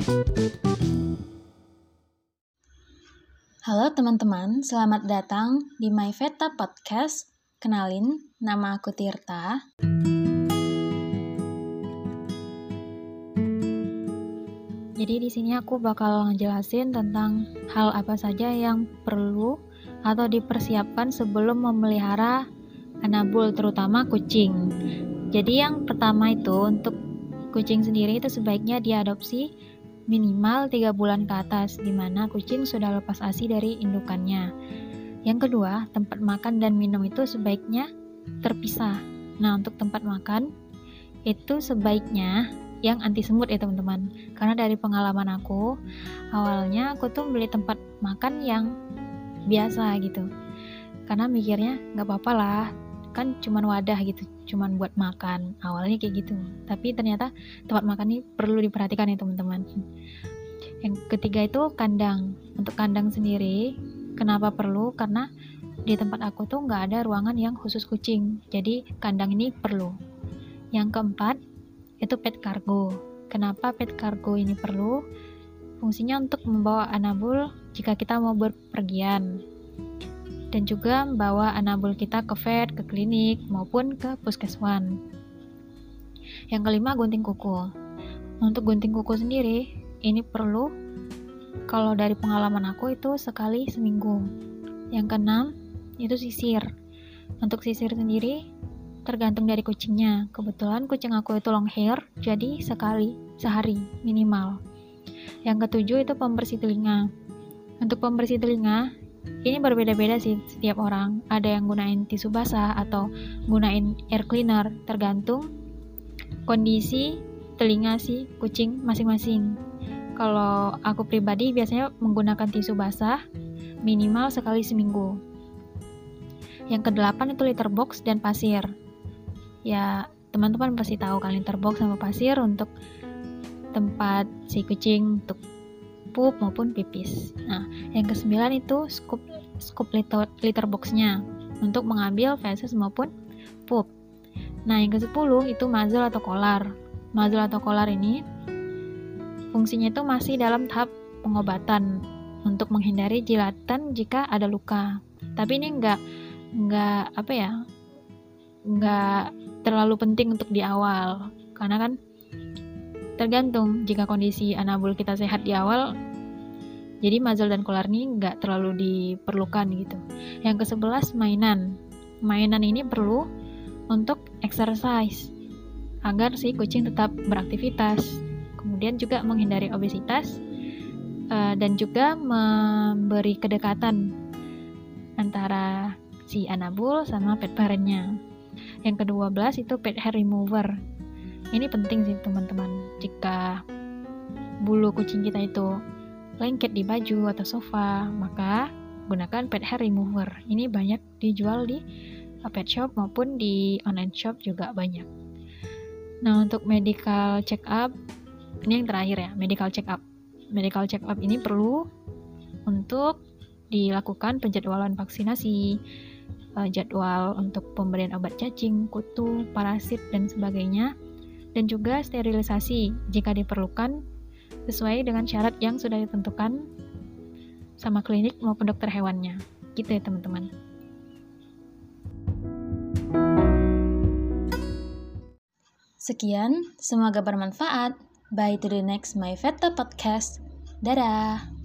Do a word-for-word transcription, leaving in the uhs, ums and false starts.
Halo teman-teman, selamat datang di My Veta Podcast. Kenalin, nama aku Tirta. Jadi di sini aku bakal ngejelasin tentang hal apa saja yang perlu atau dipersiapkan sebelum memelihara anabul, terutama kucing. Jadi yang pertama itu untuk kucing sendiri itu sebaiknya diadopsi minimal tiga bulan ke atas, di mana kucing sudah lepas A S I dari indukannya. Yang kedua, tempat makan dan minum itu sebaiknya terpisah. Nah, untuk tempat makan itu sebaiknya yang anti semut ya teman-teman. Karena dari pengalaman aku, awalnya aku tuh beli tempat makan yang biasa gitu. Karena mikirnya nggak apa-apa lah, kan cuman wadah gitu, cuman buat makan. Awalnya kayak gitu. Tapi ternyata tempat makan ini perlu diperhatikan ya teman-teman. Yang ketiga itu kandang. Untuk kandang sendiri, kenapa perlu? Karena di tempat aku tuh nggak ada ruangan yang khusus kucing. Jadi kandang ini perlu. Yang keempat, itu pet cargo. Kenapa pet cargo ini perlu? Fungsinya untuk membawa anabul jika kita mau berpergian. Dan juga membawa anabul kita ke vet, ke klinik, maupun ke puskeswan. Yang kelima, gunting kuku. Untuk gunting kuku sendiri, ini perlu, kalau dari pengalaman aku itu sekali seminggu. Yang keenam, itu sisir. Untuk sisir sendiri, tergantung dari kucingnya. Kebetulan kucing aku itu long hair, jadi sekali sehari minimal. Yang ketujuh, itu pembersih telinga. Untuk pembersih telinga, ini berbeda-beda sih setiap orang. Ada yang gunain tisu basah atau gunain air cleaner, tergantung kondisi telinga si kucing masing-masing. Kalau aku pribadi biasanya menggunakan tisu basah minimal sekali seminggu. Yang kedelapan itu litter box dan pasir. Ya, teman-teman pasti tahu kan litter box sama pasir untuk tempat si kucing untuk pup maupun pipis. Nah, yang kesembilan itu scoop scoop litter, litter box-nya untuk mengambil feses maupun pup. Nah, yang kesepuluh itu muzzle atau collar. Muzzle atau collar ini fungsinya itu masih dalam tahap pengobatan untuk menghindari jilatan jika ada luka. Tapi ini enggak enggak apa ya? Enggak terlalu penting untuk di awal. Karena kan tergantung, jika kondisi anabul kita sehat di awal, jadi muzzle dan collar ini nggak terlalu diperlukan gitu. Yang kesebelas, mainan. Mainan ini perlu untuk exercise, agar si kucing tetap beraktivitas. Kemudian juga menghindari obesitas, uh, dan juga memberi kedekatan antara si anabul sama pet parent-nya. Yang kedua belas itu pet hair remover. Ini penting sih teman-teman. Jika bulu kucing kita itu lengket di baju atau sofa, maka gunakan pet hair remover. Ini banyak dijual di pet shop maupun di online shop juga banyak. Nah, untuk medical check up, ini yang terakhir ya, medical check up. Medical check up ini perlu untuk dilakukan penjadwalan vaksinasi, jadwal untuk pemberian obat cacing, kutu, parasit, dan sebagainya. Dan juga sterilisasi jika diperlukan sesuai dengan syarat yang sudah ditentukan sama klinik maupun dokter hewannya. Gitu ya teman-teman. Sekian, semoga bermanfaat. Bye to the next My Veta Podcast. Dadah!